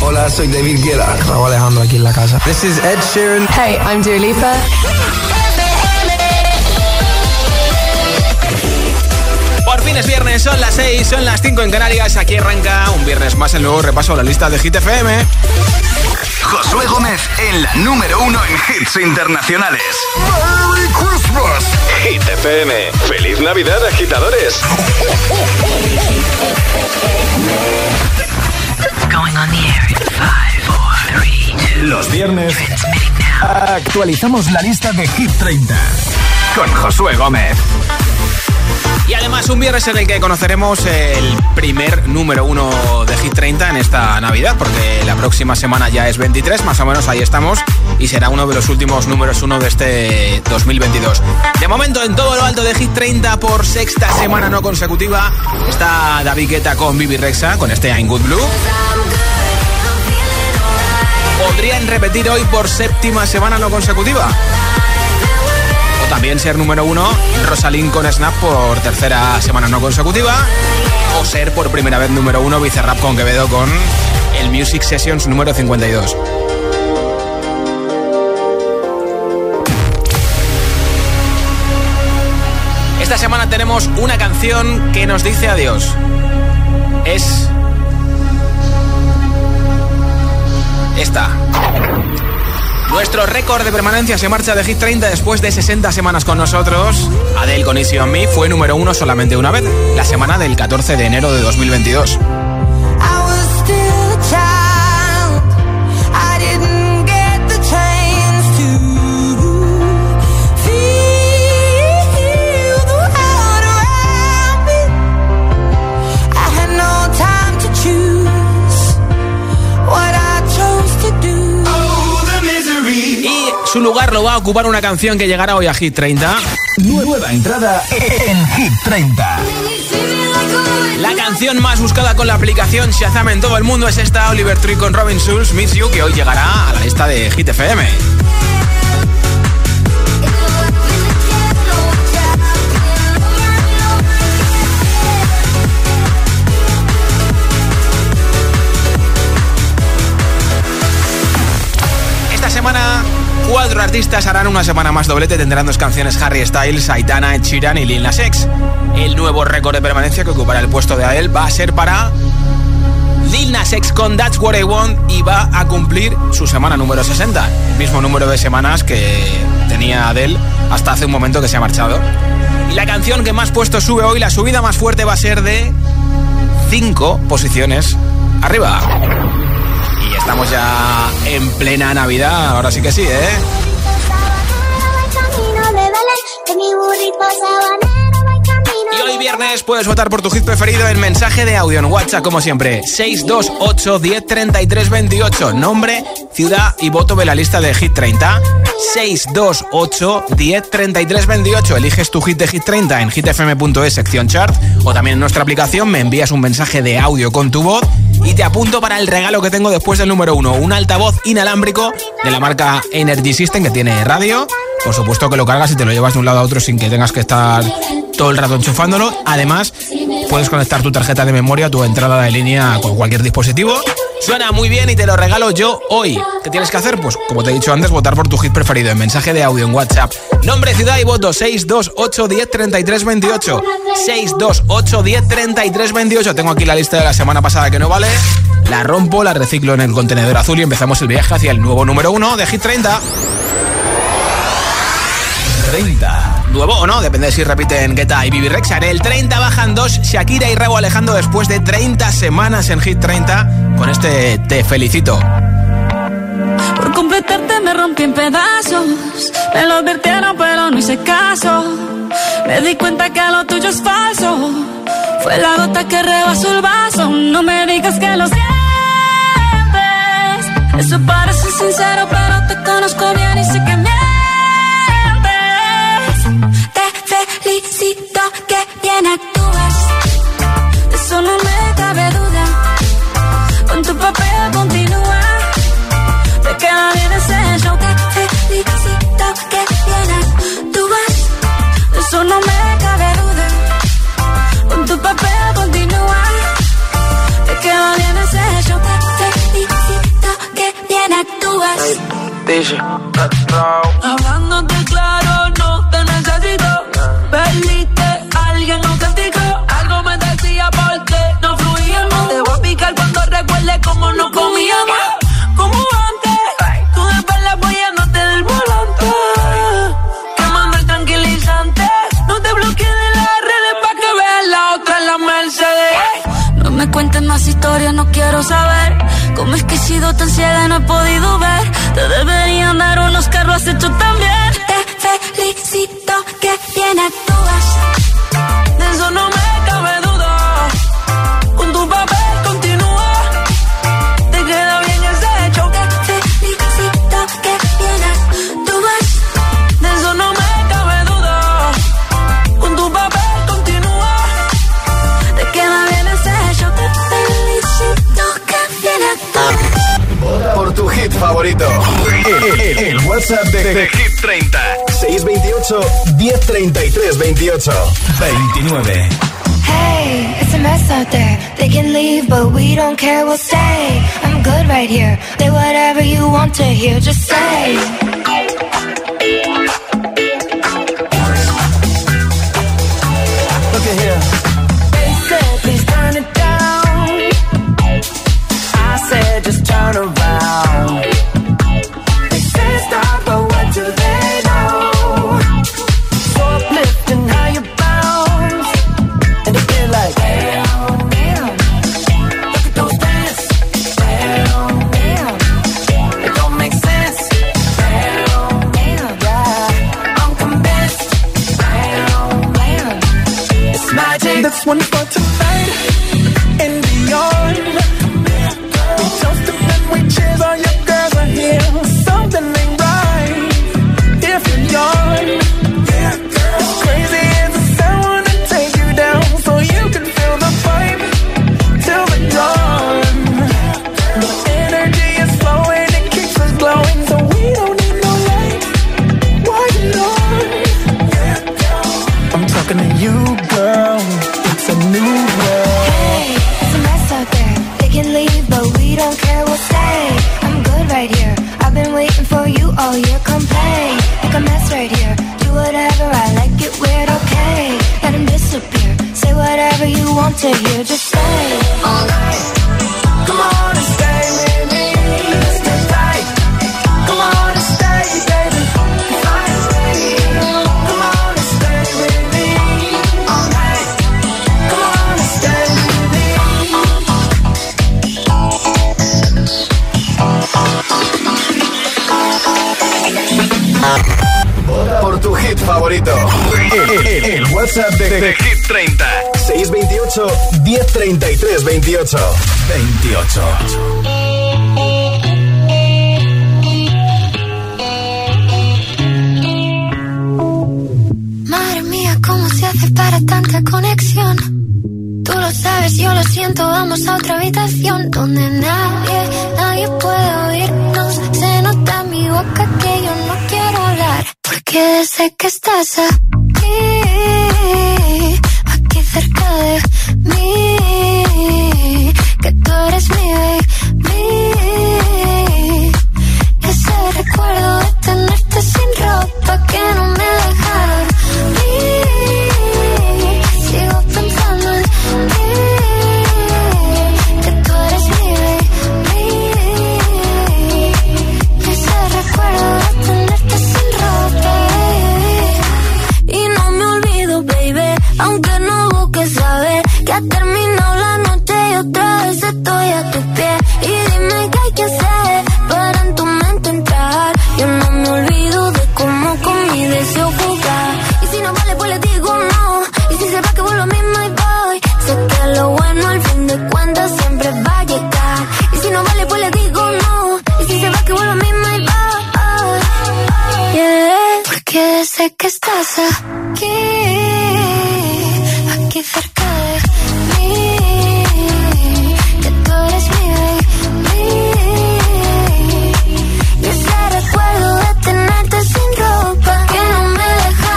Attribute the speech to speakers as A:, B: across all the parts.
A: Hola, soy David Guetta.
B: Raúl Alejandro aquí en la casa.
A: This is Ed Sheeran.
C: Hey, I'm Dua Lipa.
D: Por fin es viernes, son las 6, son las 5 en Canarias. Aquí arranca un viernes más el nuevo repaso a la lista de Hit FM.
E: Josué Gómez en la número 1 en hits internacionales.
F: ¡Merry Christmas!
G: Hit FM. ¡Feliz Navidad, agitadores!
H: Going on the air in 5, 4, 3, 2.
G: Los viernes
E: Actualizamos la lista de Hit 30 con Josué Gómez.
D: Y además un viernes en el que conoceremos el primer número 1 de Hit 30 en esta Navidad, porque la próxima semana ya es 23, más o menos ahí estamos, y será uno de los últimos números 1 de este 2022. De momento, en todo lo alto de Hit 30 por sexta semana no consecutiva está David Guetta con Bibi Rexha, con este I'm Good Blue. Podrían repetir hoy por séptima semana no consecutiva. También ser número 1 Rosalind con Snap por tercera semana no consecutiva, o ser por primera vez número 1 Bizarrap con Quevedo con el Music Sessions número 52. Esta semana tenemos una canción que nos dice adiós. Es esta. Nuestro récord de permanencia se marcha de Hit 30 después de 60 semanas con nosotros. Adele con Easy on Me fue número 1 solamente una vez, la semana del 14 de enero de 2022. Su lugar lo va a ocupar una canción que llegará hoy a Hit 30.
E: Nueva entrada en Hit 30.
D: La canción más buscada con la aplicación Shazam en todo el mundo es esta, Oliver Tree con Robin Schulz, Miss You, que hoy llegará a la lista de Hit FM. Esta semana 4 artistas harán una semana más doblete. Tendrán 2 canciones: Harry Styles, Aitana, Ed Sheeran y Lil Nas X. El nuevo récord de permanencia que ocupará el puesto de Adele va a ser para Lil Nas X con That's What I Want, y va a cumplir su semana número 60. El mismo número de semanas que tenía Adele hasta hace un momento que se ha marchado. Y la canción que más puestos sube hoy, la subida más fuerte va a ser de 5 posiciones arriba. Y estamos ya en plena Navidad, ahora sí que sí, ¿eh? Y hoy viernes puedes votar por tu hit preferido en mensaje de audio en WhatsApp, como siempre. 628 10 33 28. Nombre, ciudad y voto de la lista de Hit 30. 628 10 33 28. Eliges tu hit de Hit 30 en hitfm.es, sección chart, o también en nuestra aplicación. Me envías un mensaje de audio con tu voz y te apunto para el regalo que tengo después del número 1. Un altavoz inalámbrico de la marca Energy System, que tiene radio. Por supuesto que lo cargas y te lo llevas de un lado a otro sin que tengas que estar todo el rato enchufándolo. Además, puedes conectar tu tarjeta de memoria, tu entrada de línea con cualquier dispositivo. Suena muy bien y te lo regalo yo hoy. ¿Qué tienes que hacer? Pues como te he dicho antes, votar por tu hit preferido en mensaje de audio en WhatsApp. Nombre, ciudad y voto. 628 10 33 28. 628 10 33 28. Tengo aquí la lista de la semana pasada que no vale. La rompo, la reciclo en el contenedor azul y empezamos el viaje hacia el nuevo número 1 de Hit 30.
E: 30.
D: Nuevo o no, depende de si repiten Guetta y Bibi Rexha. En el 30 bajan 2 Shakira y Rauw Alejandro después de 30 semanas en Hit 30 con este Te Felicito.
I: Por completarte me rompí en pedazos. Me lo advirtieron pero no hice caso. Me di cuenta que lo tuyo es falso. Fue la gota que rebasó el vaso. No me digas que lo sientes. Eso parece sincero pero te conozco bien y sé que mientes. Felicito que bien actúas, de eso no me cabe duda. Con tu papel continúa, te queda bien ese show. Te felicito que bien actúas, de eso no me cabe duda. Con tu papel continúa, te queda bien ese show. Te felicito
B: Dice,
I: hablándote claro, no te necesito. Perdiste a alguien auténtico. Algo me decía porque no fluíamos. Te voy a picar cuando recuerde cómo nos comíamos. Como antes, tú después la apoyándote del volante. Quemando el tranquilizante. No te bloquees de las redes pa' que veas la otra en la Mercedes. No me cuentes más historias, no quiero saber cómo es que he sido tan ciega y no he podido ver. Te deberían dar un Oscar, lo has hecho tan bien. Te felicito, que bien actúas. De eso no me cabe duda. Con tu papel continúa. Te queda bien ese hecho. Te felicito, que bien actúas. De eso no me cabe duda. Con tu papel continúa. Te queda bien ese hecho. Te felicito, que bien actúas.
E: Por tu hit favorito. El WhatsApp de Hit 30. 628 1033 28 29.
C: Hey, it's a mess out there. They can leave, but we don't care, we'll stay. I'm good right here. Say whatever you want to hear, just say.
B: look at here. They said, please turn it down. I said, just turn around. They say stop, but what do they know? So uplifting how you bounce. And they feel like, damn, damn. Look at those dance. Damn, damn. It don't make sense. Damn, damn, yeah. I'm convinced. Damn, damn. It's magic.
J: That's one for tonight and beyond. We toast and we cheers, all your girls are here. Something ain't right if you're young. Yeah, girl. Crazy as the sound, wanna take you down so you can feel the vibe till the dawn. The energy is flowing, it keeps us glowing, so we don't need no light. Why you on? Yeah, girl. I'm talking to you, girl. It's a new world.
C: Hey, it's a mess out there. They can leave, but we don't care, we'll stay. I'm good right here. I've been waiting for you all year. Come play, make a mess right here. Do whatever, I like it weird, okay. Let him disappear. Say whatever you want to hear, just say.
B: All night. Come on and stay with me. Let's get tight. Come on and stay, baby. Finally. Come on and stay with me. All night. Come on and stay with me.
E: Por tu hit favorito. El WhatsApp de Hit 30. 628 1033 28 28.
C: Madre mía, ¿cómo se hace para tanta conexión? Tú lo sabes, yo lo siento, vamos a otra habitación donde nadie puede oírnos. Se nota en mi boca que yo no quiero hablar, porque desde que estás aquí cerca de mí, que tú eres mi baby. Ese recuerdo de tenerte sin ropa que no me deja dormir. Sigo pensando en ti, que tú eres mi baby. Ese recuerdo de tenerte sin ropa. Y no me olvido, baby, aunque no busques saber que ha terminado la noche y otra vez estoy a tus pies. Y dime qué hay que hacer para en tu mente entrar. Yo no me olvido de cómo con mi deseo jugar. Y si no vale, pues le digo no. Y si se va, que vuelvo mismo y voy. Sé que lo bueno al fin de cuentas siempre va a llegar. Y si no vale, pues le digo no. Y si se va, que vuelvo mismo y voy. Yeah. Porque desde que estás aquí cerca de mí, que tú eres mi baby. Y ese recuerdo de tenerte sin ropa que no me deja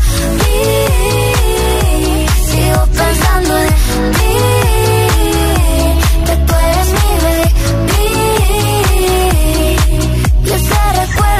C: dormir. Sigo pensando en ti, que tú eres mi baby. Y ese recuerdo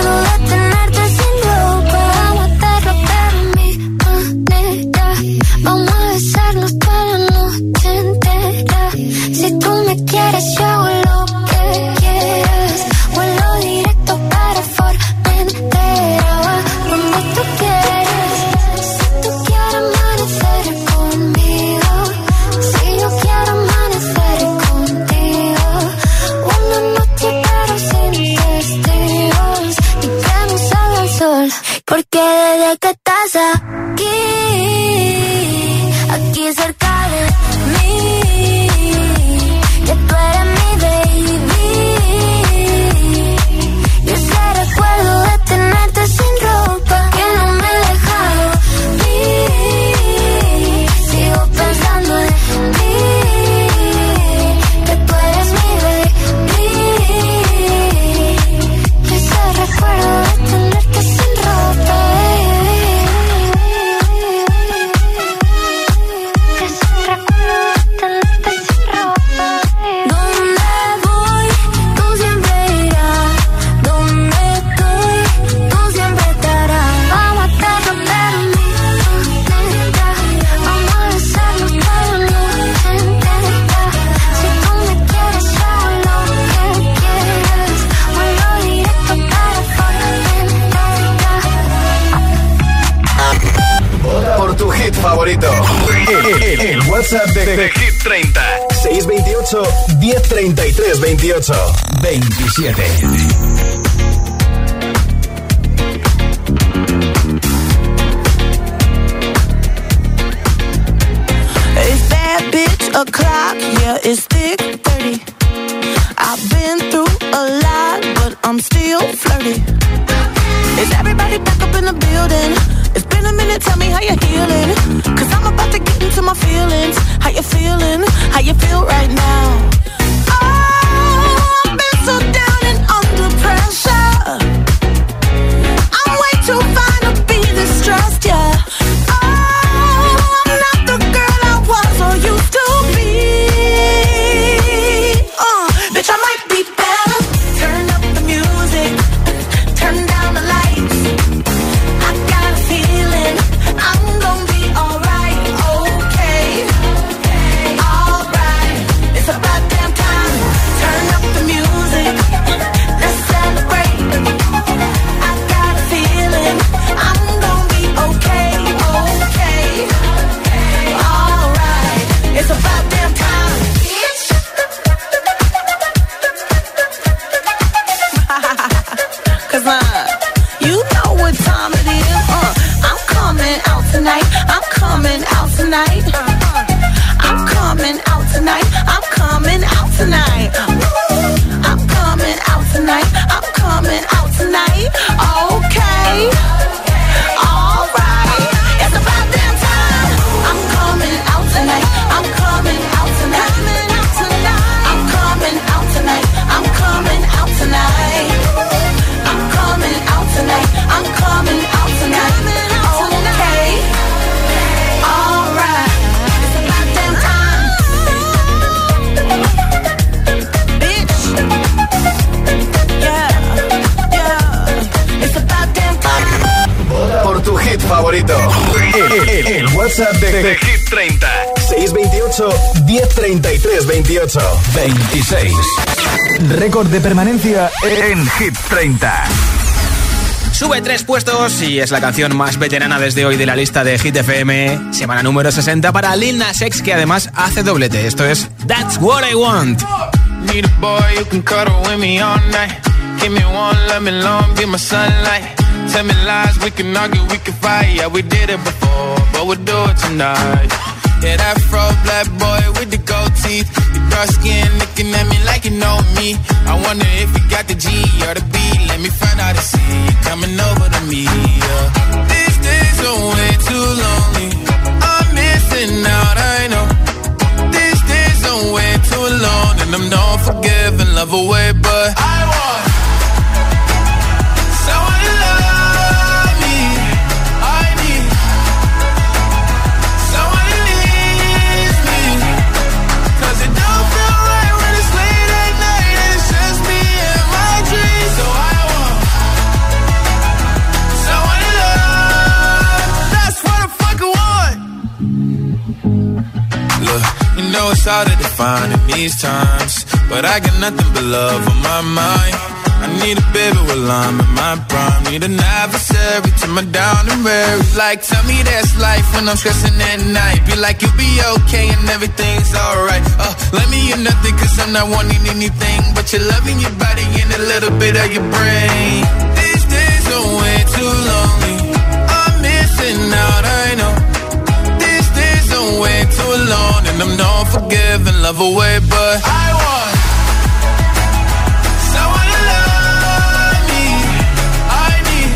E: WhatsApp de Hit 30. 628 1033 28 27.
K: It's that bitch o'clock, yeah, it's thick 30. I've been through a lot, but I'm still flirty. Is everybody back up in the building? It's been a minute, tell me how you're healing. Cause I'm about to get into my feelings. How you feeling? How you feel right now? Oh, I've been so down and under pressure. I'm way too fine to be distressed, yeah.
E: Favorito. El WhatsApp de Hit 30. 628 1033 28 26. Récord de permanencia en Hit 30.
D: Sube 3 puestos y es la canción más veterana desde hoy de la lista de Hit FM. Semana número 60 para Lil Nas X, que además hace doblete. Esto es That's What I Want.
L: Need a boy who can cuddle with me all night. Give me one, let me long, be my sunlight. Tell me lies, we can argue, we can fight. Yeah, we did it before, but we'll do it tonight. Yeah, that fro black boy with the gold teeth. Your dark skin looking at me like you know me. I wonder if you got the G or the B. Let me find out and see you coming over to me. Yeah. These days are way too lonely. I'm missing out, I know. These days are way too long, and I'm not forgiving, love away, but I want someone to love me. I need someone who needs me. 'Cause it don't feel right when it's late at night and it's just me and my dreams. So I want someone to love. That's what I fucking want. Look, you know it's hard to define in these times, but I got nothing but love on my mind. I need a baby while I'm in my prime. Need an adversary to my down and weary. Like, tell me that's life when I'm stressing at night. Be like, you'll be okay and everything's alright. Let me hear nothing 'cause I'm not wanting anything but your love in your body and a little bit of your brain. These days are way too lonely. I'm missing out, I know. These days are way too alone, and I'm not forgiving, love away, but I want someone to love me. I need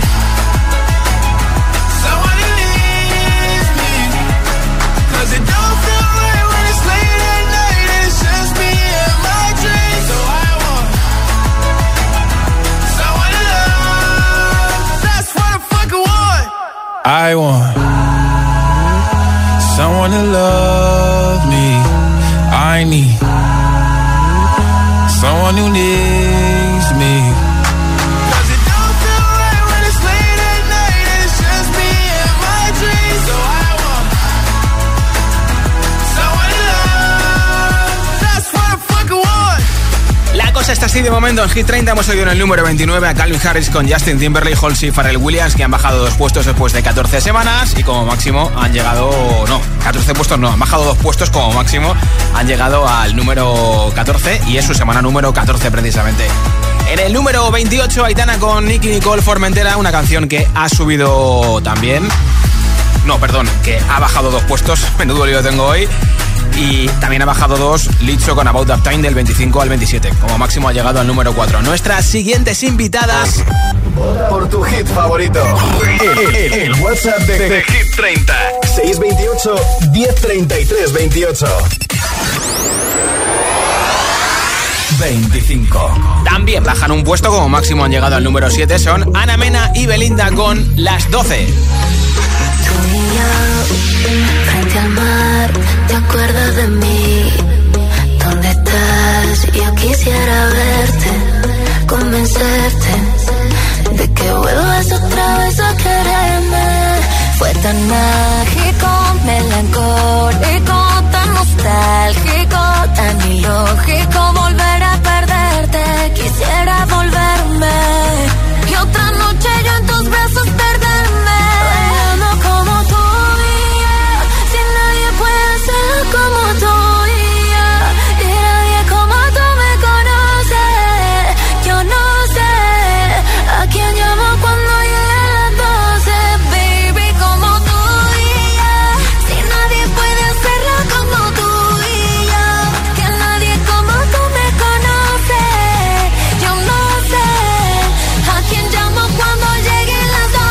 L: someone who needs me. 'Cause it don't feel right when it's late at night and it's just me and my dreams. So I want someone to love. That's what I fucking want. I want someone to love me. I need someone who needs me. 'Cause it don't feel right when it's late at night and it's just me and my dreams. So I want someone to love. That's what I fucking want.
D: La Llegamos hasta este momento en Hit 30. Hemos oído en el número 29 a Calvin Harris con Justin Timberlake, Halsey y Pharrell Williams, que han bajado 2 puestos después de 14 semanas y como máximo han llegado... No, 14 puestos no, han bajado 2 puestos como máximo. Han llegado al número 14 y es su semana número 14 precisamente. En el número 28, Aitana con Nicki Nicole Formentera, una canción que ha subido también... No, perdón, que ha bajado 2 puestos, menudo lío tengo hoy. Y también ha bajado 2, Lizzo con About That Time del 25 al 27. Como máximo ha llegado al número 4. Nuestras siguientes invitadas...
E: Por tu hit favorito. El WhatsApp de Hit 30. 628 1033 28. 25.
D: También bajan un puesto, como máximo han llegado al número 7. Son Ana Mena y Belinda con Las 12.
C: Frente al mar, ¿te acuerdas de mí? ¿Dónde estás? Yo quisiera verte, convencerte de que vuelvas otra vez a quererme. Fue tan mágico, melancólico, tan nostálgico, tan ilógico volver a perderte. Quisiera volverme y otra noche yo en tus brazos perderme. Como tú y yo, si nadie puede ser como tú y yo, y nadie como tú me conoce. Yo no sé a quién llamo cuando lleguen las 12, baby, como tú y yo, si nadie puede hacerlo como tú y yo, que nadie como tú me conoce. Yo no sé a quién llamo cuando lleguen las 12.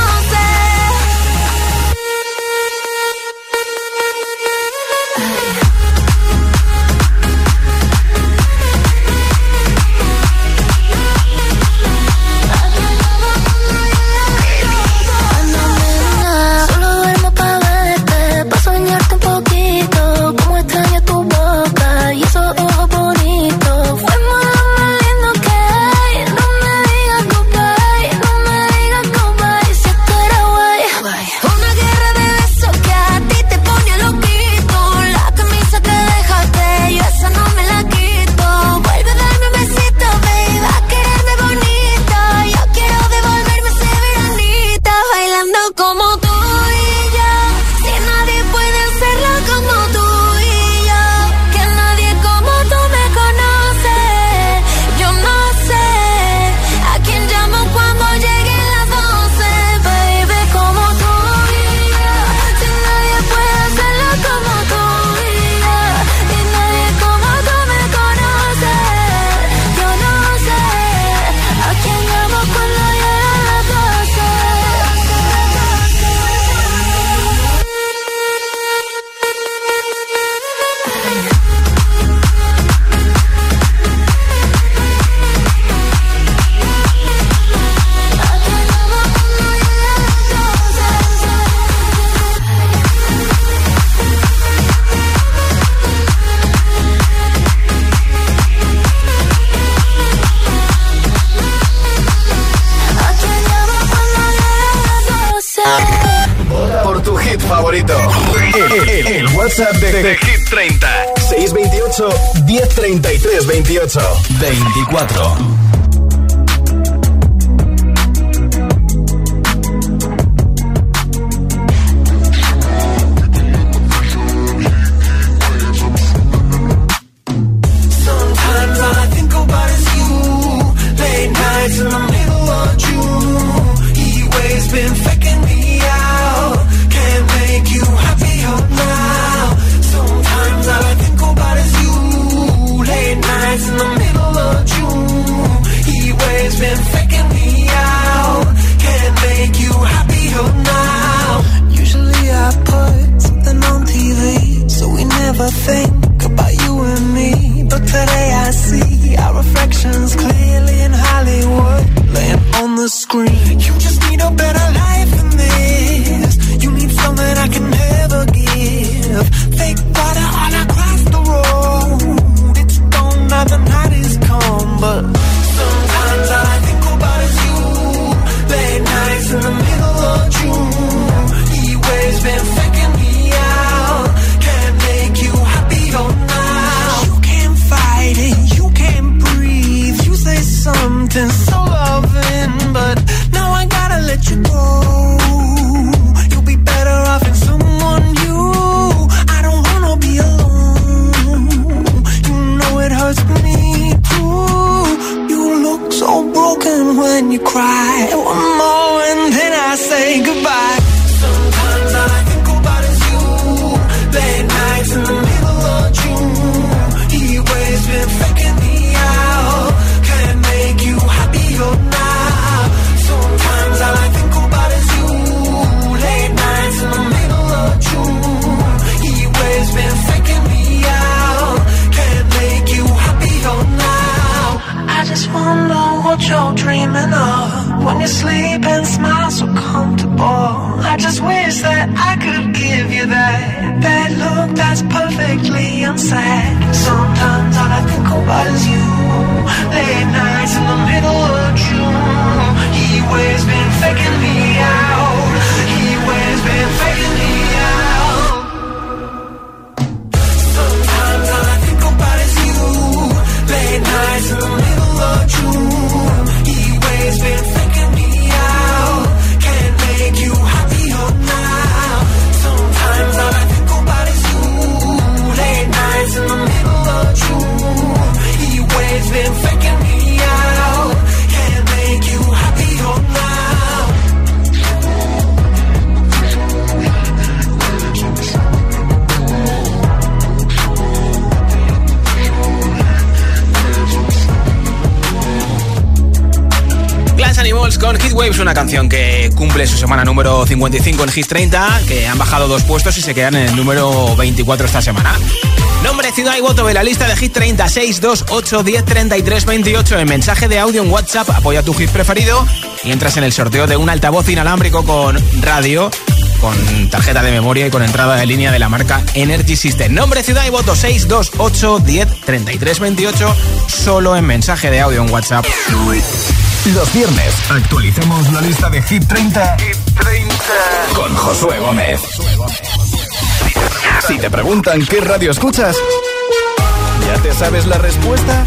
C: Solo duermo pa' verte, pa' soñarte un poquito. Como extraño tu boca y esos ojos bonitos. Fuimos lo más lindo que hay. No me digas goodbye, no me digas goodbye. Si esto era guay. Una guerra de besos que a ti te pone loquito. La camisa que dejaste, yo esa no me la quito. Vuelve a darme un besito, baby, a quererme bonita. Yo quiero devolverme ese veranita, bailando como tú y yo. Si nadie puede hacerlo como tú y yo, que nadie como tú me conoce. Yo no sé a quién llamo cuando lleguen las 12, baby, como tú y yo. Si nadie puede hacerlo como tú y yo, y nadie como tú me conoce. Yo no sé a quién llamo cuando lleguen las 12. ¿A quién llamo cuando lleguen las 12?
E: Por tu hit favorito. El WhatsApp de Hit 30. 628 1033 28. 24.
J: Sometimes all I think about is you. Late nights in the middle of June. He waves been faking me out. Can't make you happier now. Sometimes all I think about is you. Late nights in the middle of June. He waves been faking me out. Can't make you happier now. Usually I put something on TV, so we never think about you and me. But today I see our reflections clearly in Hollywood, laying on the screen. You just need a better life than this. You need something I can never give. Fake water all across the road. It's gone now, the night is come. But sometimes all I think about is you. Late nights in the middle of June. He waves been faking me out. Can't make you happier now. You can't fight it, you can't breathe. You you cry. One more and then I say goodbye. Sometimes all I think about is you. Late nights in the middle of June. He always been faking me out. Can't make you happier now. Sometimes all I think about is you. Late nights in the middle of June. He always been faking me out. Can't make you happier now. I just wonder what you're dreaming of when you sleep and smile so comfortable. I just wish that I could give you that look that's perfectly unsaid. Sometimes all I think about is you. Late nights in the middle of June. He always been faking me out. He always been faking me out. Sometimes all I think about is you. Late nights in the middle of June. He always been faking me out. Can't make you happier now. Sometimes all I think about is you. Late nights in the middle of June. He always been faking me out. Can't make you happier now.
D: Glass Animals con Heat Waves, una canción que cumple su semana número 55 en Hit 30, que han bajado 2 puestos y se quedan en el número 24 esta semana. Nombre, ciudad y voto de la lista de Hit 30, 628 10 33 28. En mensaje de audio en WhatsApp, apoya tu hit preferido y entras en el sorteo de un altavoz inalámbrico con radio, con tarjeta de memoria y con entrada de línea de la marca Energy System. Nombre, ciudad y voto 628 10 33 28. Solo en mensaje de audio en WhatsApp.
E: Los viernes actualizamos la lista de Hit 30, con Josué Gómez. Si te preguntan qué radio escuchas, ¿ya te sabes la respuesta?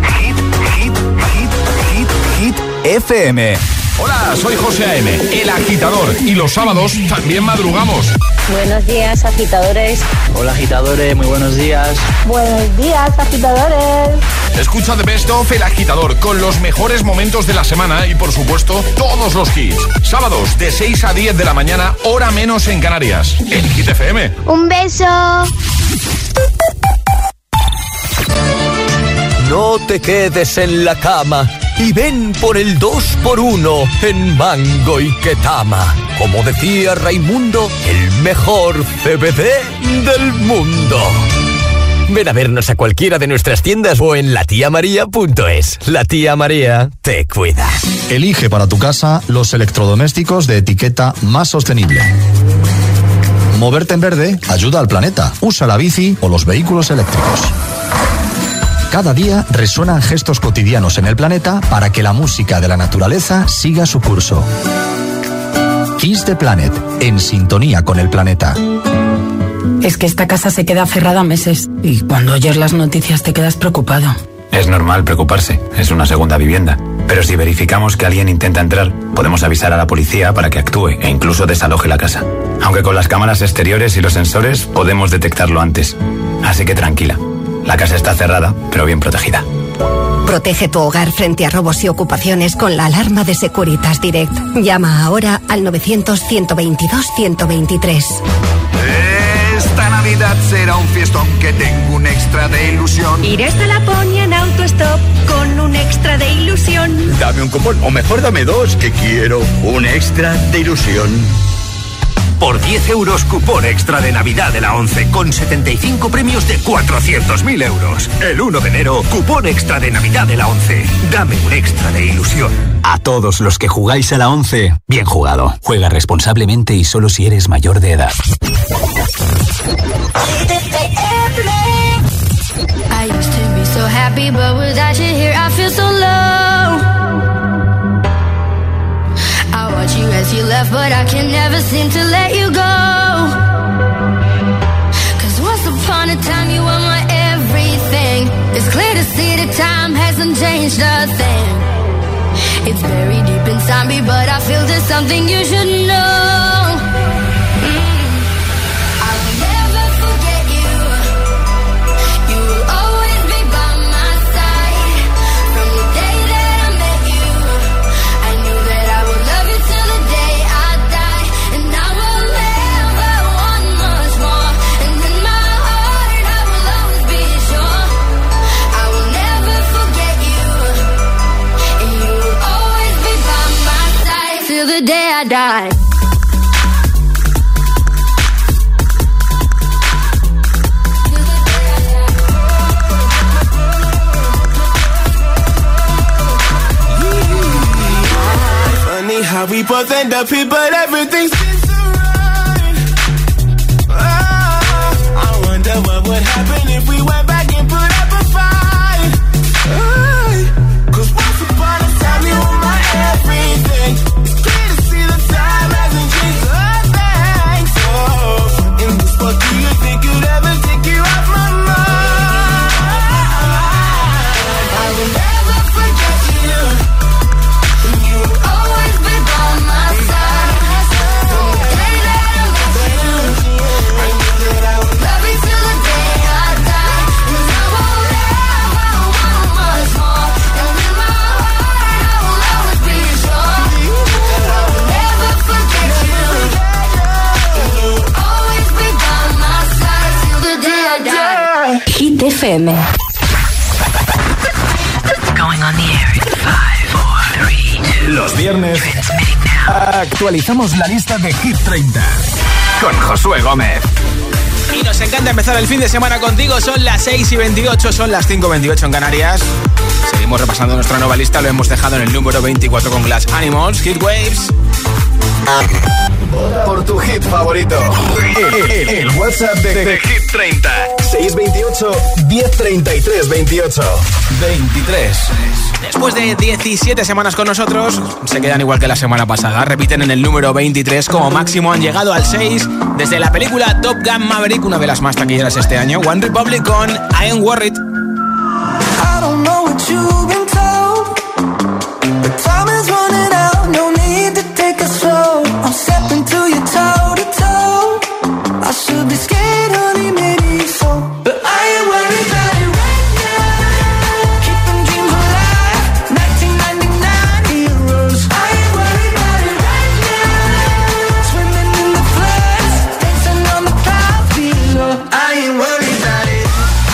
E: Hit FM.
F: Hola, soy José A.M., el agitador, y los sábados también madrugamos.
M: Buenos días, agitadores.
N: Hola, agitadores, muy buenos días.
M: Buenos días, agitadores.
F: Escucha The Best of El Agitador, con los mejores momentos de la semana y, por supuesto, todos los hits. Sábados de 6 a 10 de la mañana, hora menos en Canarias, en Hit FM.
C: Un beso.
O: No te quedes en la cama y ven por el 2x1 en Mango y Ketama. Como decía Raimundo, el mejor CBD del mundo. Ven a vernos a cualquiera de nuestras tiendas o en latiamaria.es. La tía María te cuida.
P: Elige para tu casa los electrodomésticos de etiqueta más sostenible. Moverte en verde ayuda al planeta. Usa la bici o los vehículos eléctricos. Cada día resuenan gestos cotidianos en el planeta para que la música de la naturaleza siga su curso. Kiss the Planet, en sintonía con el planeta.
Q: Es que esta casa se queda cerrada meses y cuando oyes las noticias te quedas preocupado.
R: Es normal preocuparse, es una segunda vivienda. Pero si verificamos que alguien intenta entrar, podemos avisar a la policía para que actúe e incluso desaloje la casa. Aunque con las cámaras exteriores y los sensores podemos detectarlo antes. Así que tranquila. La casa está cerrada, pero bien protegida.
S: Protege tu hogar frente a robos y ocupaciones con la alarma de Securitas Direct. Llama ahora al 900-122-123.
T: Esta Navidad será un fiestón, que tengo un extra de ilusión.
U: Iré hasta Laponia en autostop con un extra de ilusión.
T: Dame un cupón, o mejor dame dos, que quiero un extra de ilusión.
V: Por 10 euros, cupón extra de Navidad de la 11, con 75 premios de 400.000 euros. El 1 de enero, cupón extra de Navidad de la 11. Dame un extra de ilusión.
W: A todos los que jugáis a la 11, bien jugado. Juega responsablemente y solo si eres mayor de edad.
I: I used to be so happy, but without you here, I feel so low. I watch you as you left, but I can never seem to let you go. 'Cause once upon a time you were my everything. It's clear to see that time hasn't changed a thing. It's buried deep inside me, but I feel there's something you should know. I knew
C: day I die.
L: Funny how we both end up here, but everything seems so right. Oh, I wonder what would happen if we went back and put up a fight. Cause once upon a time you were my everything. It's clear to see the time hasn't changed a thing. So, in this world, do you think you'd ever take you off my mind? I will never forget you. You will always be by my side. From the day that I met you, I knew that I would love you till the day I die. 'Cause I won't ever want much more. And in my heart I will always be sure that I will never forget you. And you will always be by my side till the day I die.
A: Hit FM.
W: Going on the air in 5, 4, 3, 2.
F: Los viernes actualizamos la lista de Hit 30 con Josué Gómez.
D: Y nos encanta empezar el fin de semana contigo. Son las 6:28, son las 5:28 en Canarias. Seguimos repasando nuestra nueva lista. Lo hemos dejado en el número 24 con Glass Animals, Hit Waves.
E: Por tu hit favorito. El WhatsApp de Hit 30. 628 1033 28. 23.
D: Después de 17 semanas con nosotros, se quedan igual que la semana pasada. Repiten en el número 23, como máximo han llegado al 6 desde la película Top Gun Maverick, una de las más taquilleras este año. One Republic con I Ain't Worried.
J: I don't know what you've been told, but time is running out, no need to take it slow. I'm stepping to you toe to toe. I should be scared, honey, maybe so, but I ain't worried about it right now. Keeping dreams alive, 1999 heroes. I ain't worried about it right now. Swimming in the floods, dancing on the clouds below. I ain't worried about it.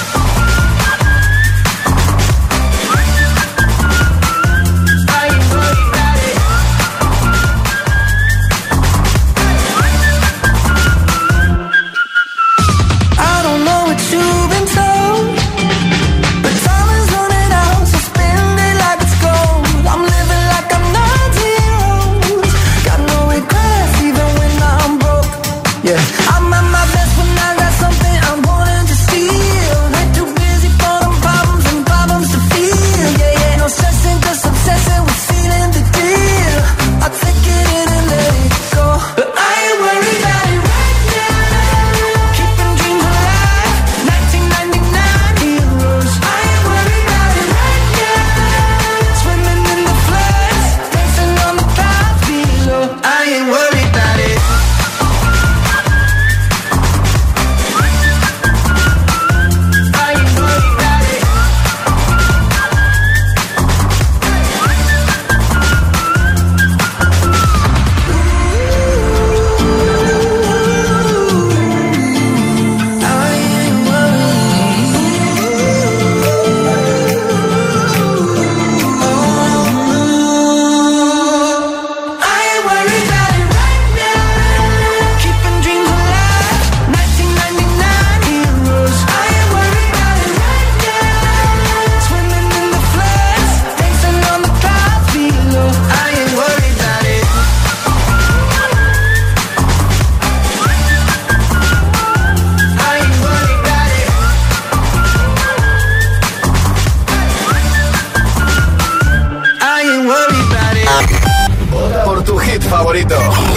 E: favorito.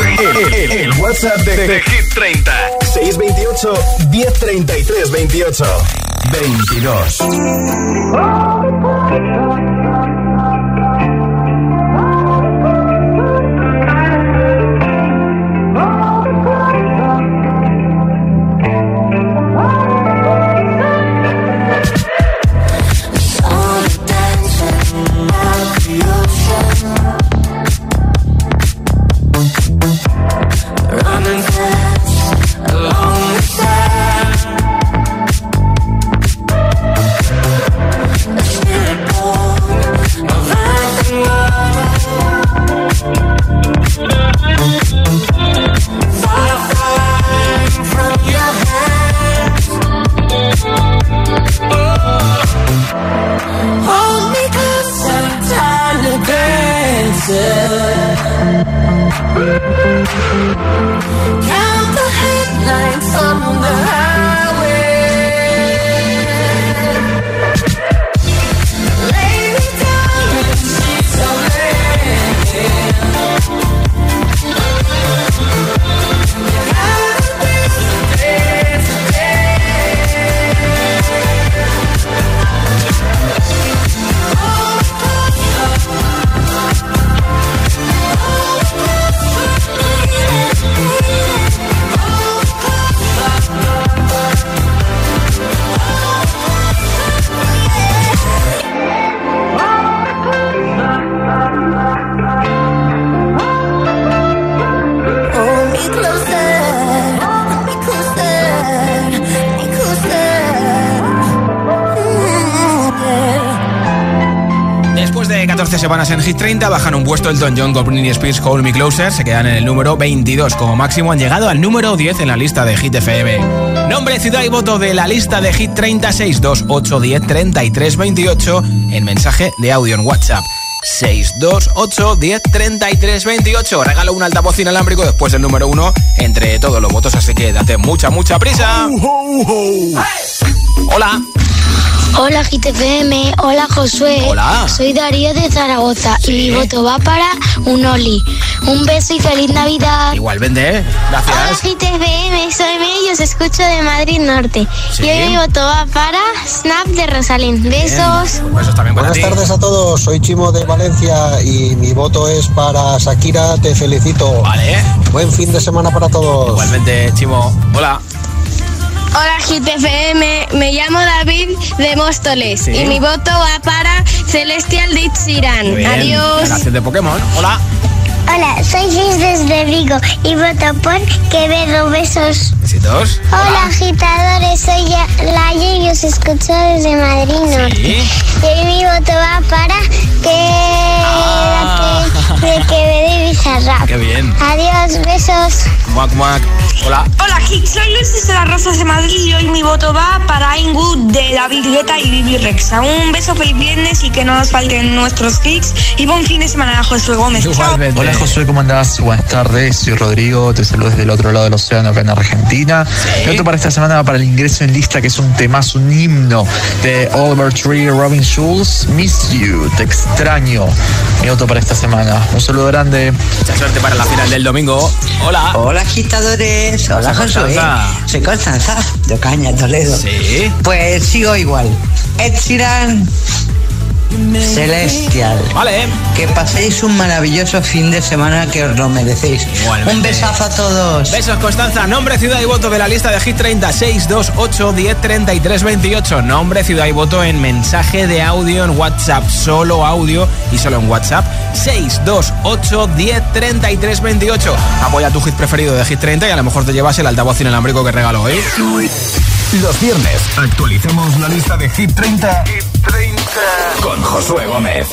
E: El WhatsApp de Hit 30. 628 1033 28. 22.
B: closer. Count the headlights on the highway. Lay me down in the sheets of rain. Gotta be today, today.
D: Después de 14 semanas en Hit 30, bajan un puesto Elton John con Britney Spears, Hold Me Closer, se quedan en el número 22. Como máximo han llegado al número 10 en la lista de Hit FM. Nombre, ciudad y voto de la lista de Hit 30, 628 10 33 28 en mensaje de audio en WhatsApp. 628 10 33 28. Regalo un altavoz inalámbrico después del número 1 entre todos los votos, así que date mucha prisa. Hola.
C: Hola Hit FM, hola Josué.
D: Hola.
C: Soy Darío de Zaragoza y mi voto va para un Oli. Un beso y feliz Navidad.
D: Igualmente, gracias.
C: Hola Hit FM, soy Mary y os escucho de Madrid Norte.
D: Sí.
C: Y hoy mi voto va para Snap de Rosalind. Besos.
D: Besos también para
A: Buenas tardes a todos, soy Chimo de Valencia y mi voto es para Shakira, te felicito.
D: Vale.
A: Buen fin de semana para todos.
D: Igualmente, Chimo. Hola.
G: Hola Hit FM, me llamo David de Móstoles
D: Sí.
G: y mi voto va para Celestial de Sheeran.
D: Muy bien.
G: Adiós.
D: La canción de Pokémon. Hola.
C: Hola, soy Gis desde Vigo y voto por Quevedo. Besos.
D: Besitos.
C: Hola agitadores, soy Laia y os escucho desde Madrid Norte.
D: Sí.
C: Y hoy mi voto va para de Quevedo y Bizarrap.
D: Qué bien.
C: Adiós, besos.
D: Muac, muac. Hola.
H: Hola Hit, soy Luis desde Las Rozas de Madrid y hoy mi voto va para Ingwood de David Guetta y Bibi Rexa. Un beso, feliz viernes y que no nos falten nuestros hits y buen fin de semana, Josué Gómez. Chao.
X: Hola Josué, ¿cómo andás? Buenas tardes, soy Rodrigo, te saludo desde el otro lado del océano acá en Argentina. Mi voto para esta semana va para el ingreso en lista, que es un temazo, un himno de Oliver Tree, Robin Schulz, Miss You, te extraño. Mi voto para esta semana. Un saludo grande.
D: Mucha suerte para la final del domingo. Hola.
Y: Hola agitadores, hola Josué. Soy Constanza, de Ocaña, Toledo.
D: Sí.
Y: Pues sigo igual. Ed Sheeran, Celestial.
D: Vale.
Y: Que paséis un maravilloso fin de semana que os lo merecéis.
D: Igualmente.
Y: Un besazo a todos.
D: Besos, Constanza. Nombre, ciudad y voto de la lista de Hit 30, 628 10 33 28. Nombre, ciudad y voto en mensaje de audio en WhatsApp. Solo audio y solo en WhatsApp. 628 10 33 28. Apoya tu hit preferido de Hit 30 y a lo mejor te llevas el altavoz inalámbrico que regalo hoy.
E: Los viernes actualicemos la lista de Hit 30, con Josué Gómez.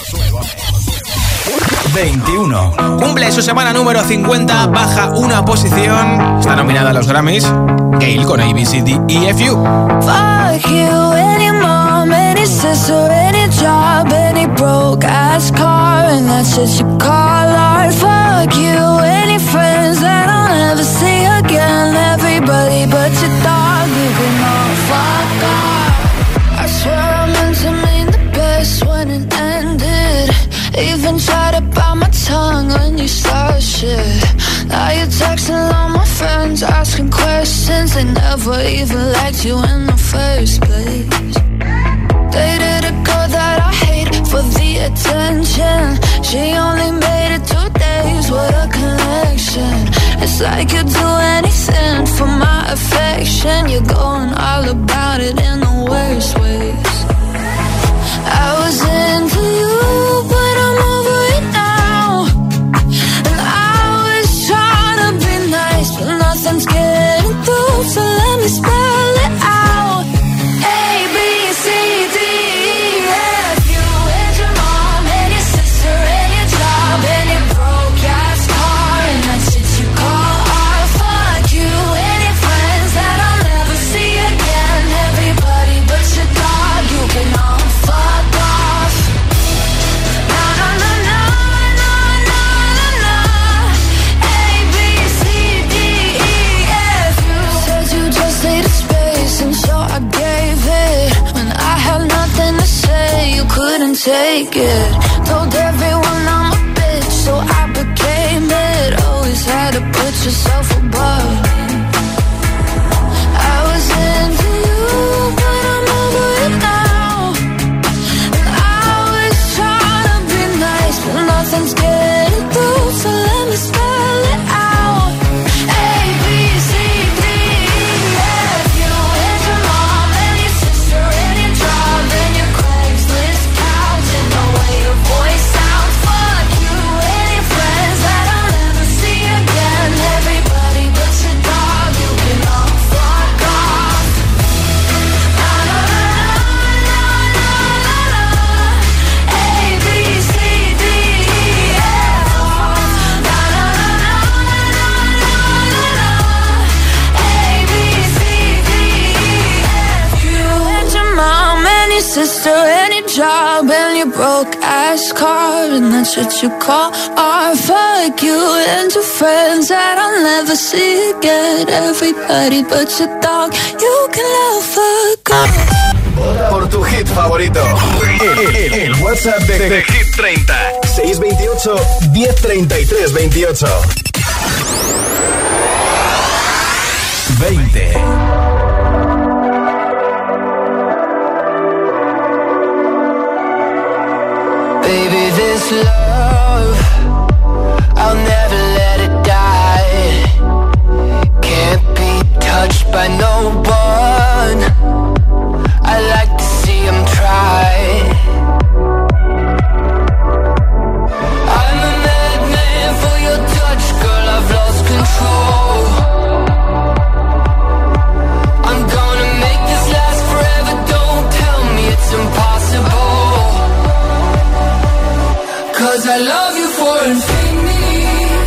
D: 21. Cumple su semana número 50, baja una posición. Está nominada a los Grammys. Gail con ABCDEFU.
I: Fuck you, any mom, any sister, any job, any broke ass car, and that's what you call art. Fuck you, any friends that I'll never see again. Everybody but your dog, you can all fuck off. I swear I meant to mean the best when it ended. Even tried to bite my tongue when you started shit. Now you're texting all my friends, asking questions. They never even liked you in the first place. Dated a girl that I hate for the attention. She only made it 2 days, what a connection. It's like you'd do anything for my affection. You're going all about it in the worst ways. I was into you, but I'm over it now. And I was trying to be nice, but nothing's getting through. So let me spell it out. A, B, C, D, E, F, U. And your mom, and your sister, and your job, and your broke ass car, and that shit you call art. Fuck you, and your friends that I'll never see again. Everybody but your dog, you can all fuck off.
C: take it. Told everyone I'm a bitch, so I became it. Always had to put yourself above. I was into you, but I'm over it now. And I was trying to be nice, but nothing's getting through, so let me spell it out. A, B, C, D, E, F. You and your mom and your sister and your job and your Craigslist couch and the way your voice sounds. Fuck you and your friends that I'll never see again. Everybody but your dog, you can all fuck off. Na na na na na na na. A, B, C, D, E, F. Na na na na na na na. A, B, C, D, E, F. You and your mom and your sister and your job and your broke ass car, and that's what you call art. Fuck you and your friends that I'll never see again. Everybody but your dog, you can love fuck off.
E: Por tu hit favorito. El WhatsApp de Hit 30. 628 1033 28. 20.
B: Baby, this love, I'll never let it die. Can't be touched by no one. I like to see him try. I'm a madman for your touch, girl, I've lost control. I'm gonna make this last forever, don't tell me it's impossible. 'Cause I love you for infinity.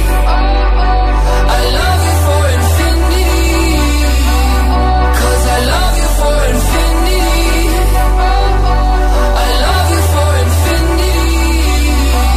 B: I love you for infinity. 'Cause I love you for infinity. I love you for infinity.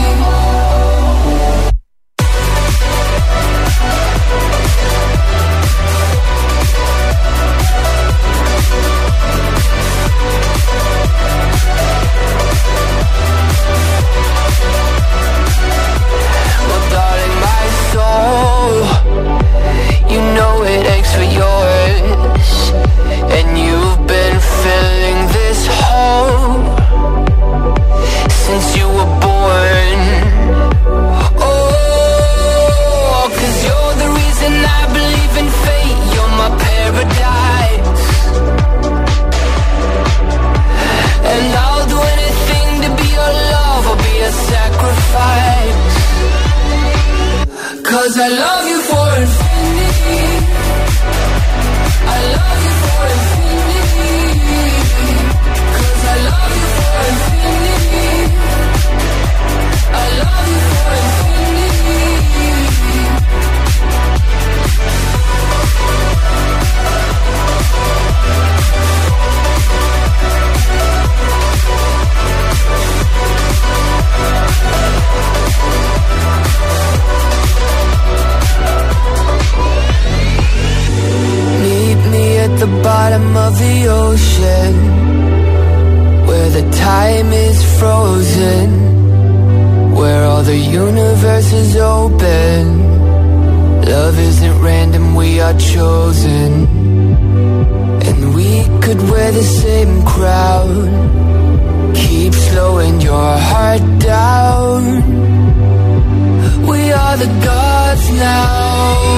B: Well, darling, my soul, you know it aches for yours, and you've been filling this hole since you were born. Oh, 'cause you're the reason I believe in fate. You're my paradise, and I'll do anything to be your love or be a sacrifice. 'Cause I love you for infinity. I love you for infinity. 'Cause I love you for infinity. I love you for infinity. Meet me at the bottom of the ocean, where the time is frozen, where all the universe is open. Love isn't random, we are chosen, and we could wear the same crown. Keep slowing your heart down. We are the gods now.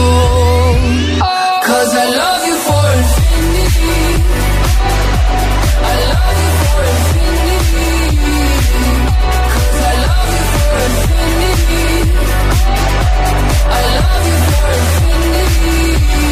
B: 'Cause I love you for infinity. I love you for infinity. 'Cause I love you for infinity. I love you for infinity.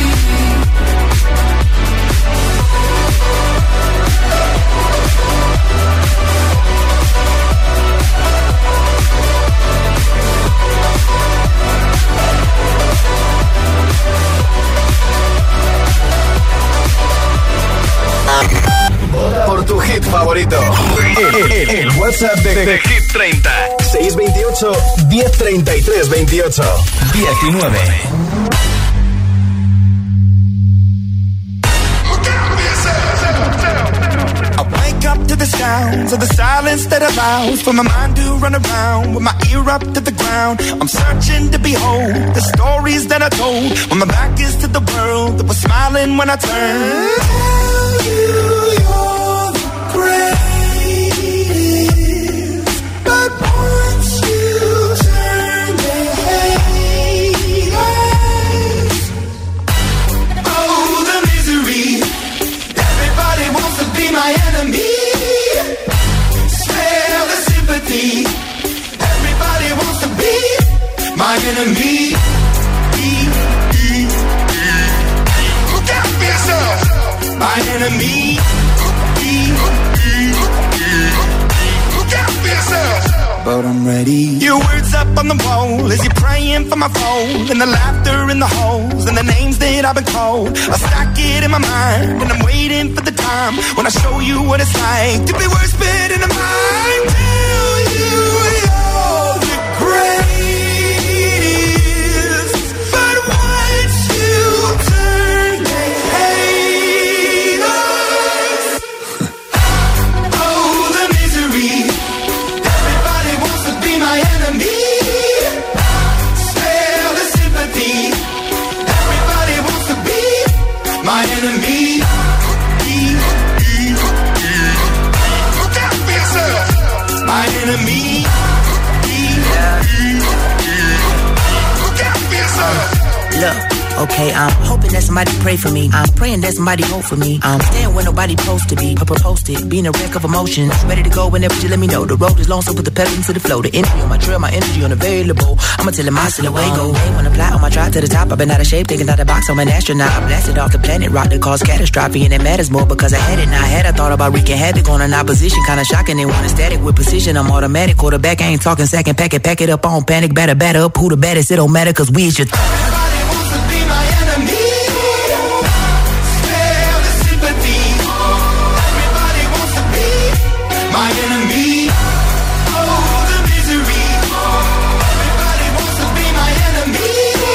E: Por tu hit favorito. El WhatsApp de Hit 30. 628 1033 28. 19.
J: I wake up to the sounds of the silence that allows for my mind to run around with my ear up to the ground. I'm searching to behold the stories that I told when my back is to the world that was smiling when I turned. Tell you you're the greatest, but once you turn the hate eyes, oh the misery. Everybody wants to be my enemy. Smell the sympathy. Everybody wants to be my enemy. Look out for yourself. My enemy. Look out for yourself. But I'm ready. Your words up on the wall as you're praying for my phone, and the laughter in the holes and the names that I've been called. I stack it in my mind and I'm waiting for the time when I show you what it's like to be worse fit in a mind. Tell you you're the greatest, but once you turn they hate us. Oh the misery. Everybody wants to be my enemy. Spare the sympathy. Everybody wants to be my enemy. Look out for yourself. My enemy. Look out for yourself.
K: Look, okay, I'm hoping that somebody pray for me. I'm praying that somebody hope for me. I'm staying where nobody supposed to be. Posted, being a wreck of emotions. Ready to go whenever you let me know. The road is long, so put the pedal into the flow. The energy on my trail, my energy unavailable. I'ma tell him my silhouette go. Hey, when I fly on my drive to the top, I've been out of shape, thinking out the box. I'm an astronaut. I blasted off the planet, rock that caused catastrophe, and it matters more because I had it. Now I had a thought about wreaking havoc on an opposition, kinda shocking. They want a static with precision. I'm automatic, quarterback. I ain't talking second. Pack it up on panic. Batter up. Who the baddest? It don't matter, cause we is your.
J: My enemy, oh the misery. Everybody wants to be my enemy.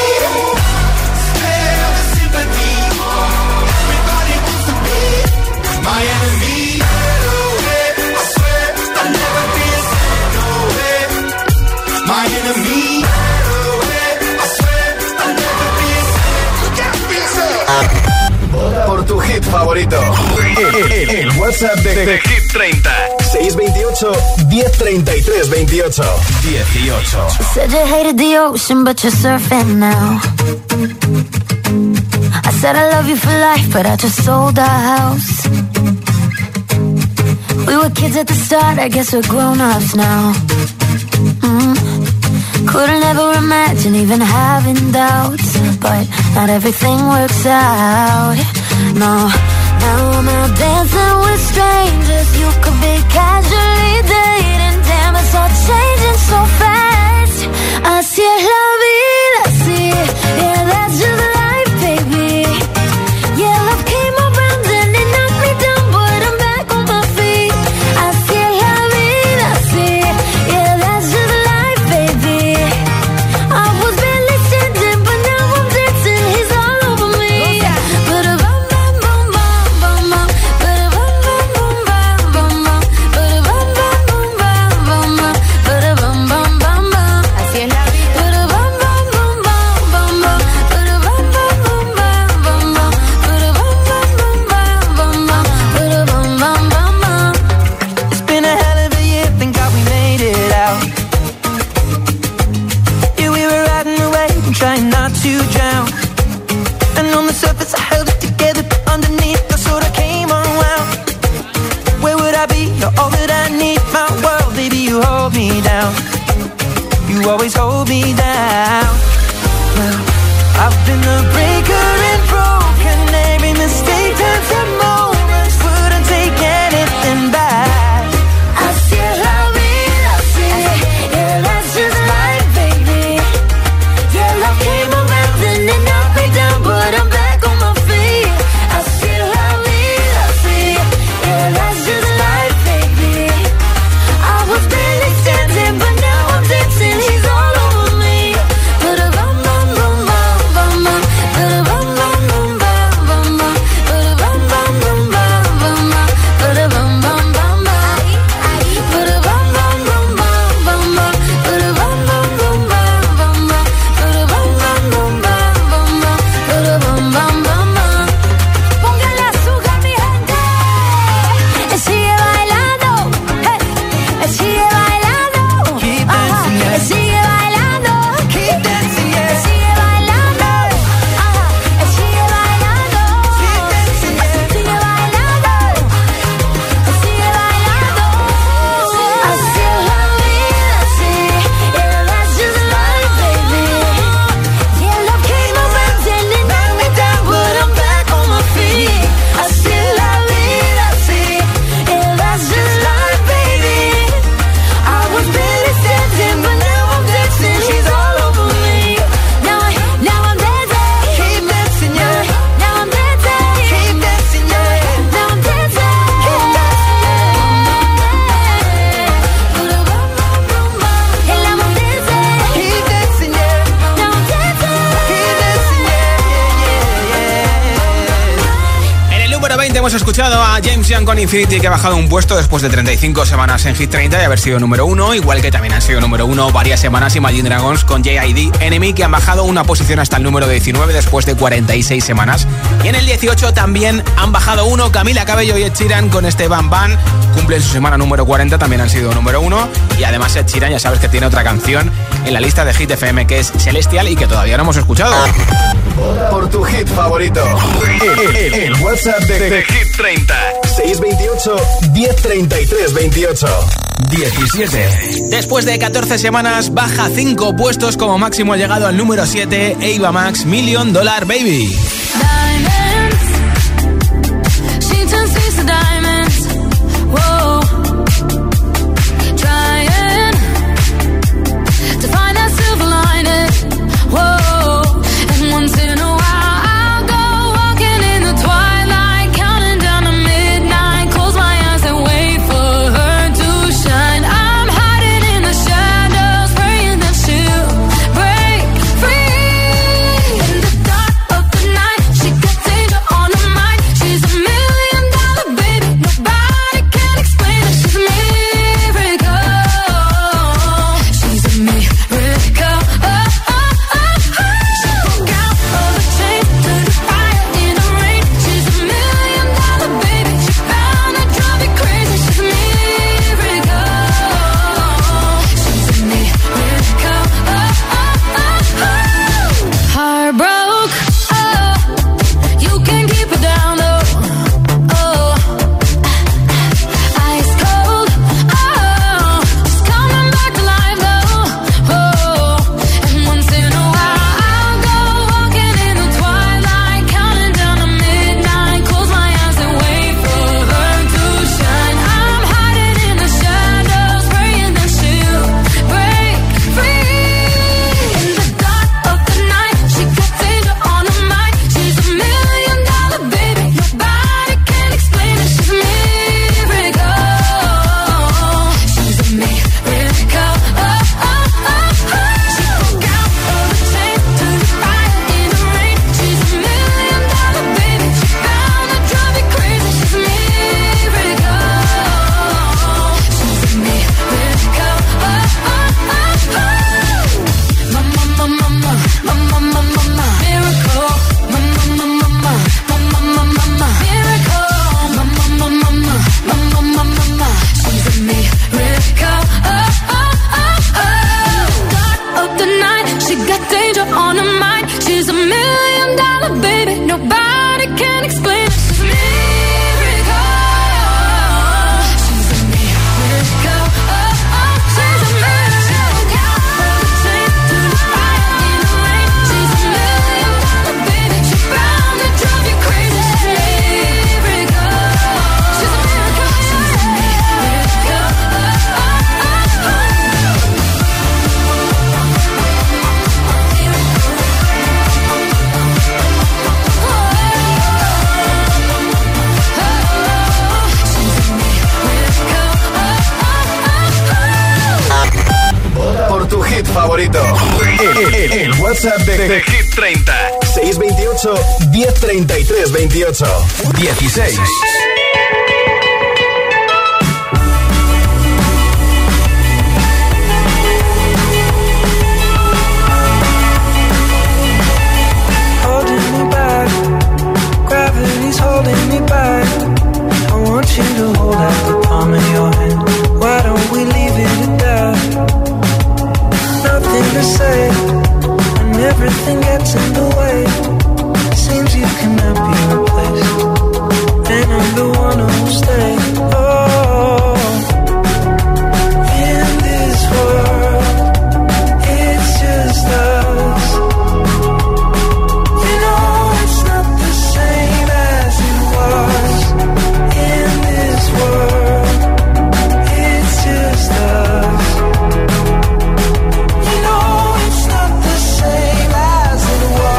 J: Spare the sympathy. Everybody wants to be my enemy. I swear I'll never be a no way. My enemy. I swear I'll never be a look out for yourself.
E: Por tu hit favorito. El WhatsApp de Hit 30. 628 1033 28 18.
C: You said you hated the ocean, but you're surfing now. I said I love you for life, but I just sold our house. We were kids at the start, I guess we're grown-ups now. Couldn't ever imagine even having doubts, but not everything works out. No, now I'm out dancing with strangers. You could be casually dating. Damn, it's all changing so fast. Así es la vida, sí. Yeah, that's just life, baby. Yeah, love came around and it knocked me down, but I'm back on my feet. Así es la vida, sí. Yeah, that's just life, baby. I was barely standing, but now I'm dancing. He's all over me. But a bum bum bum bum bum, but a bum bum bum bum bum, but a bum bum bum bum bum, but a bum bum bum bum. Así es la vida. But a bum bum bum bum bum, but a bum bum bum bum bum, but a bum bum bum bum bum, but a bum bum bum bum.
J: It's been a hell of a year, thank God we made it out. Yeah, we were riding the wave and trying not to drown. And on the surface I held it together, but underneath I sort of came unwound. Where would I be? You're all that I need. My world, baby, you hold me down. You always hold me down. Well, I've been the breaker and broken. Every mistake turns to moments. Wouldn't take anything back.
C: Así es la vida, sí. Yeah, that's just life, baby. Yeah, love came around and it knocked me down, but I'm back on my feet. Así es la vida, sí. Yeah, that's just life, baby. I was barely standing, but now I'm dancing. He's all over me. But a bum bum bum bum bum, but a bum bum bum
D: hemos escuchado a James Young con Infinity, que ha bajado un puesto después de 35 semanas en Hit 30 y haber sido número 1, igual que también han sido número 1 varias semanas Imagine Dragons con J.I.D. Enemy, que han bajado una posición hasta el número 19 después de 46 semanas. Y en el 18 también han bajado 1 Camila Cabello y Ed Sheeran con este Bam Bam, cumplen su semana número 40, también han sido número 1. Y además Ed Sheeran, ya sabes que tiene otra canción en la lista de Hit FM que es Celestial y que todavía no hemos escuchado.
E: Por tu hit favorito, el WhatsApp de Hit 30 628 1033 28 17.
D: Después de 14 semanas, baja 5 puestos, como máximo ha llegado al número 7, Ava Max, $1 Million Baby.
E: El WhatsApp de Hit 30 628 1033 28 16.
J: Holding me back. I want you to hold out the palm of your hand. Why don't we leave it at that? Nothing to say, and everything gets in the way. Seems you cannot be replaced, and I'm the one who'll stay. Oh, in this world, it's just us. You know it's not the same as it was. In this world, it's just us. You know it's not the same as it was.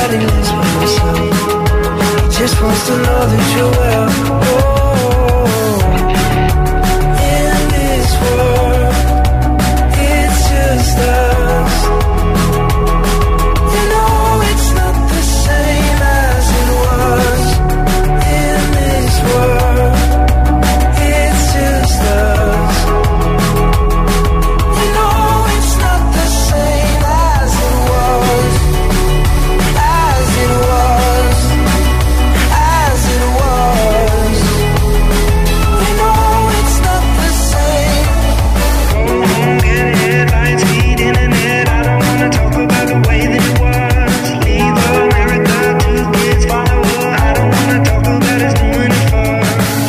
J: nobody lives but himself. He just wants to know that you're well. In this world, it's just us. You know it's not the same as it was. In this world, it's just us. You know it's not the same as it was. As it was. As it was. You know it's not the same. Get headlines, feed internet. I don't wanna talk about the way that it was. Leave America, 2 kids follow her. I don't wanna talk about us doing it first.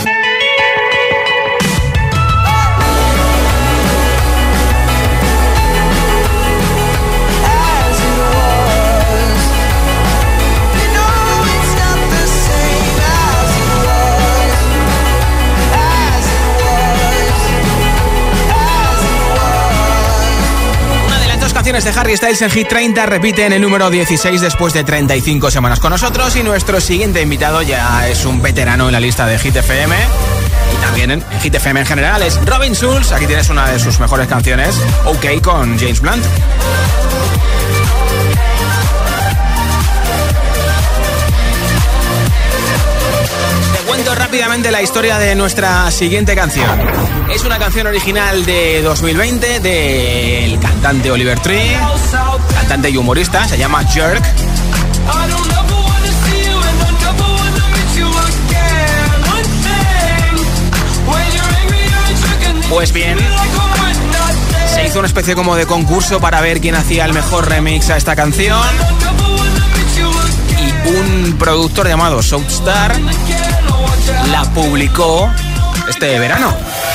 J: As it was. You know it's not the same as it was. As it was. As it was.
D: Una de las dos canciones de Harry Styles en Hit 30 repite en el número 16 después de 35 semanas con nosotros, y nuestro siguiente invitado ya es un veterano en la lista de Hit FM y también en Hit FM en general. Es Robin Schulz. Aquí tienes una de sus mejores canciones, OK, con James Blunt. Te cuento rápidamente la historia de nuestra siguiente canción. Es una canción original de 2020 del cantante Oliver Tree, cantante y humorista, se llama Jerk. Pues bien, se hizo una especie como de concurso para ver quién hacía el mejor remix a esta canción, y un productor llamado Southstar la publicó este verano.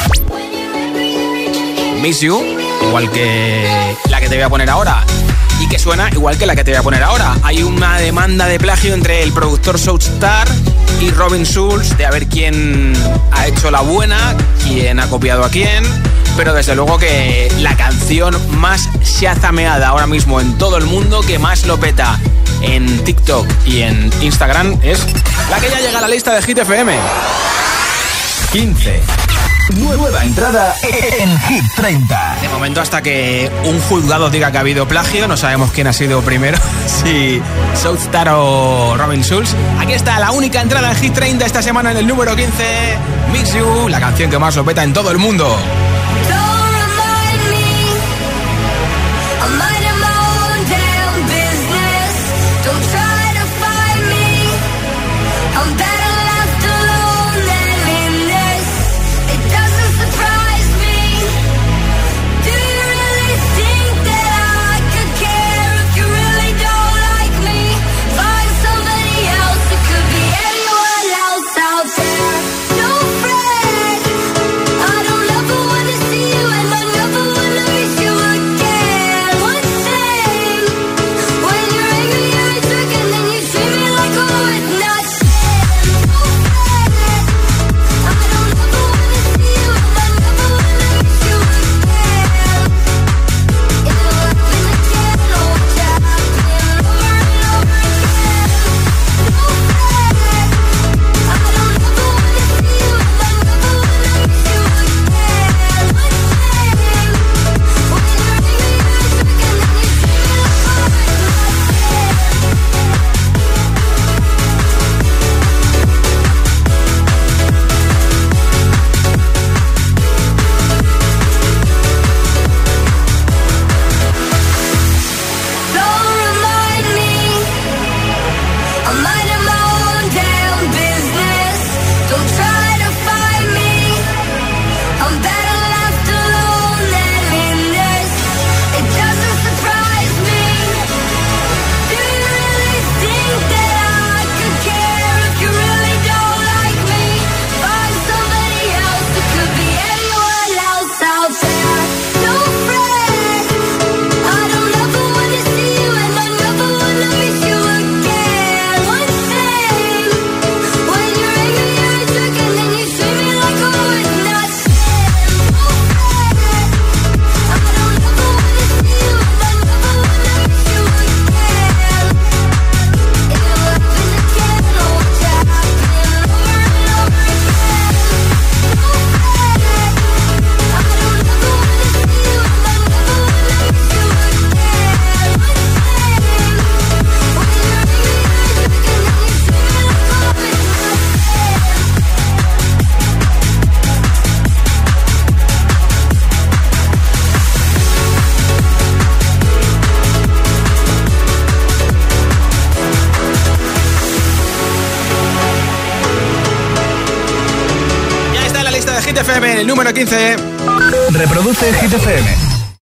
D: Miss You, igual que la que te voy a poner ahora, y que suena igual que la que te voy a poner ahora. Hay una demanda de plagio entre el productor Southstar y Robin Schulz de a ver quién ha hecho la buena, quién ha copiado a quién, pero desde luego que la canción más shazameada ahora mismo en todo el mundo, que más lo peta en TikTok y en Instagram, es la que ya llega a la lista de Hit FM.
E: 15. Nueva entrada en Hit 30.
D: De momento, hasta que un juzgado diga que ha habido plagio, no sabemos quién ha sido primero, si Southstar o Robin Schulz. Aquí está la única entrada en Hit 30 esta semana en el número 15, Miss You, la canción que más lo peta en todo el mundo.
C: Out there, no friend. I don't ever wanna
D: Hit FM, el número 15.
E: Reproduce Hit FM.